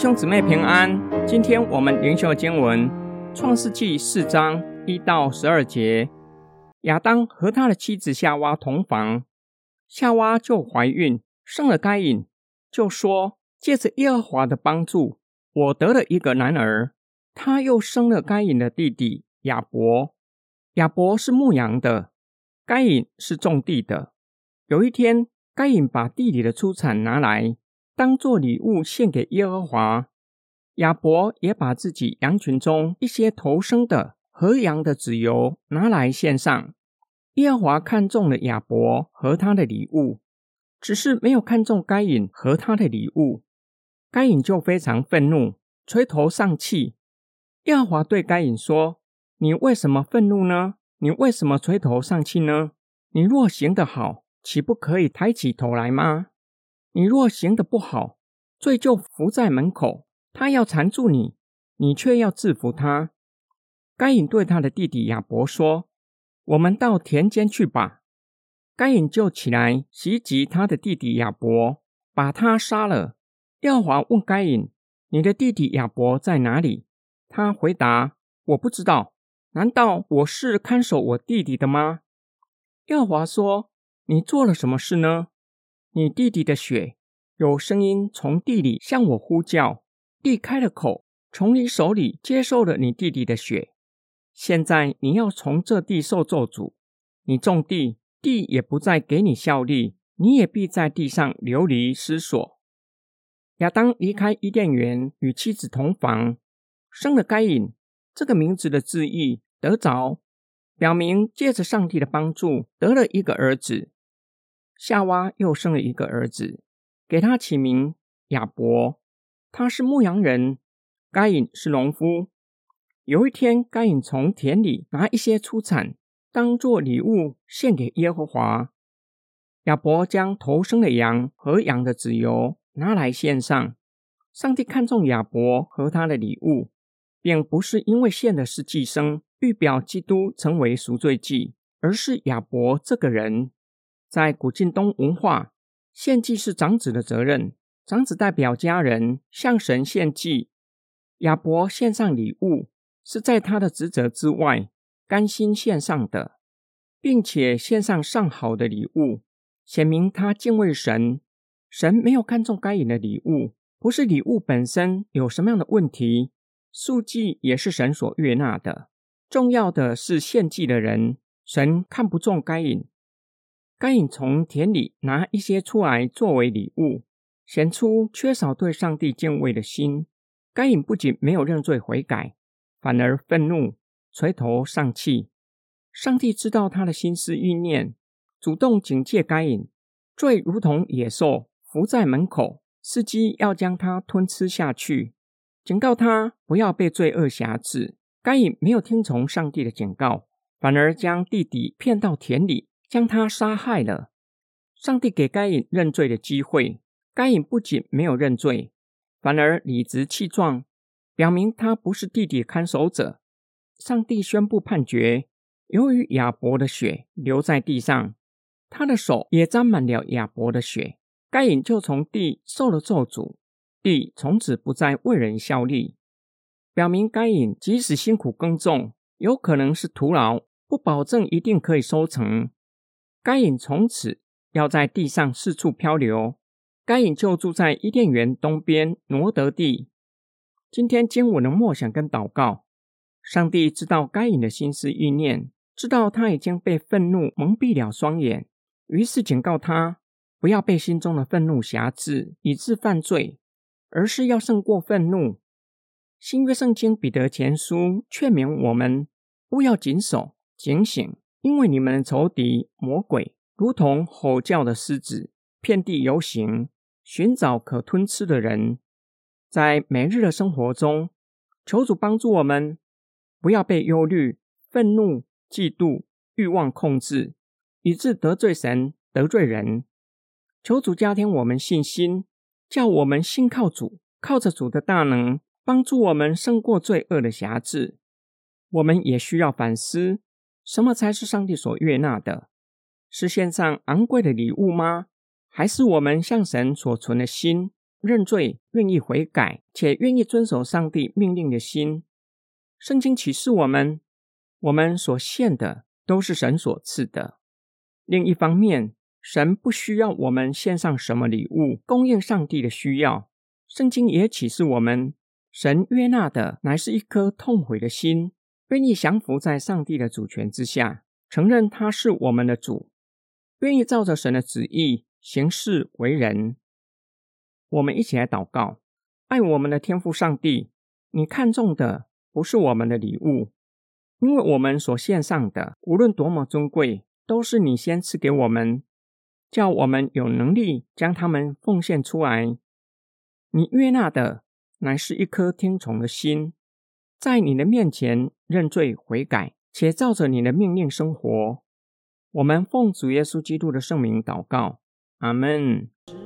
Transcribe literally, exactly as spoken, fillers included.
兄姊妹平安，今天我们灵修经文创世纪四章一到十二节。亚当和他的妻子夏娃同房，夏娃就怀孕，生了该隐，就说借着耶和华的帮助，我得了一个男儿。他又生了该隐的弟弟亚伯。亚伯是牧羊的，该隐是种地的。有一天，该隐把地里的出产拿来当作礼物献给耶和华，亚伯也把自己羊群中一些头生的和羊的脂油拿来献上。耶和华看中了亚伯和他的礼物，只是没有看中该隐和他的礼物。该隐就非常愤怒，垂头丧气。耶和华对该隐说，你为什么愤怒呢？你为什么垂头丧气呢？你若行得好，岂不可以抬起头来吗？你若行得不好，罪就伏在门口，他要缠住你，你却要制服他。该隐对他的弟弟亚伯说，我们到田间去吧。该隐就起来袭击他的弟弟亚伯，把他杀了。耶和华问该隐，你的弟弟亚伯在哪里？他回答，我不知道，难道我是看守我弟弟的吗？耶和华说，你做了什么事呢？你弟弟的血，有声音从地里向我呼叫，地开了口，从你手里接受了你弟弟的血。现在你要从这地受咒诅，你种地，地也不再给你效力，你也必在地上流离失所。亚当离开伊甸园，与妻子同房，生了该隐。这个名字的字义得着，表明借着上帝的帮助得了一个儿子。夏娃又生了一个儿子，给他起名亚伯。他是牧羊人，该隐是农夫。有一天，该隐从田里拿一些出产当作礼物献给耶和华。亚伯将头生的羊和羊的脂油拿来献上。上帝看中亚伯和他的礼物，并不是因为献的是祭牲，预表基督成为赎罪祭，而是亚伯这个人。在古近东文化，献祭是长子的责任，长子代表家人向神献祭。亚伯献上礼物，是在他的职责之外甘心献上的，并且献上上好的礼物，显明他敬畏神。神没有看重该隐的礼物，不是礼物本身有什么样的问题，素祭也是神所悦纳的，重要的是献祭的人。神看不重该隐。该隐从田里拿一些出来作为礼物，显出缺少对上帝敬畏的心。该隐不仅没有认罪悔改，反而愤怒，垂头丧气。上帝知道他的心思意念，主动警戒该隐，罪如同野兽伏在门口，伺机要将他吞吃下去，警告他不要被罪恶辖制。该隐没有听从上帝的警告，反而将弟弟骗到田里，将他杀害了。上帝给该隐认罪的机会，该隐不仅没有认罪，反而理直气壮，表明他不是弟弟看守者。上帝宣布判决，由于亚伯的血流在地上，他的手也沾满了亚伯的血，该隐就从地受了咒诅，地从此不再为人效力，表明该隐即使辛苦耕种，有可能是徒劳，不保证一定可以收成。该隐从此要在地上四处漂流。该隐就住在伊甸园东边挪得地。今天经文的默想跟祷告，上帝知道该隐的心思意念，知道他已经被愤怒蒙蔽了双眼，于是警告他不要被心中的愤怒辖制，以致犯罪，而是要胜过愤怒。新约圣经彼得前书劝勉我们，务要谨守警醒，因为你们的仇敌魔鬼如同吼叫的狮子，遍地游行，寻找可吞吃的人。在每日的生活中，求主帮助我们不要被忧虑、愤怒、嫉妒、欲望控制，以致得罪神、得罪人。求主加添我们信心，叫我们信靠主，靠着主的大能，帮助我们胜过罪恶的辖制。我们也需要反思，什么才是上帝所悦纳的？是献上昂贵的礼物吗？还是我们向神所存的心， 认罪、愿意悔改，且愿意遵守上帝命令的心。圣经启示我们，我们所献的都是神所赐的。另一方面，神不需要我们献上什么礼物供应上帝的需要。圣经也启示我们，神悦纳的乃是一颗痛悔的心，愿意降服在上帝的主权之下，承认他是我们的主，愿意照着神的旨意行事为人。我们一起来祷告。爱我们的天父上帝，你看重的不是我们的礼物，因为我们所献上的无论多么尊贵，都是你先赐给我们，叫我们有能力将它们奉献出来。你悦纳的乃是一颗听从的心，在你的面前认罪悔改，且照着你的命令生活。我们奉主耶稣基督的圣名祷告，阿们。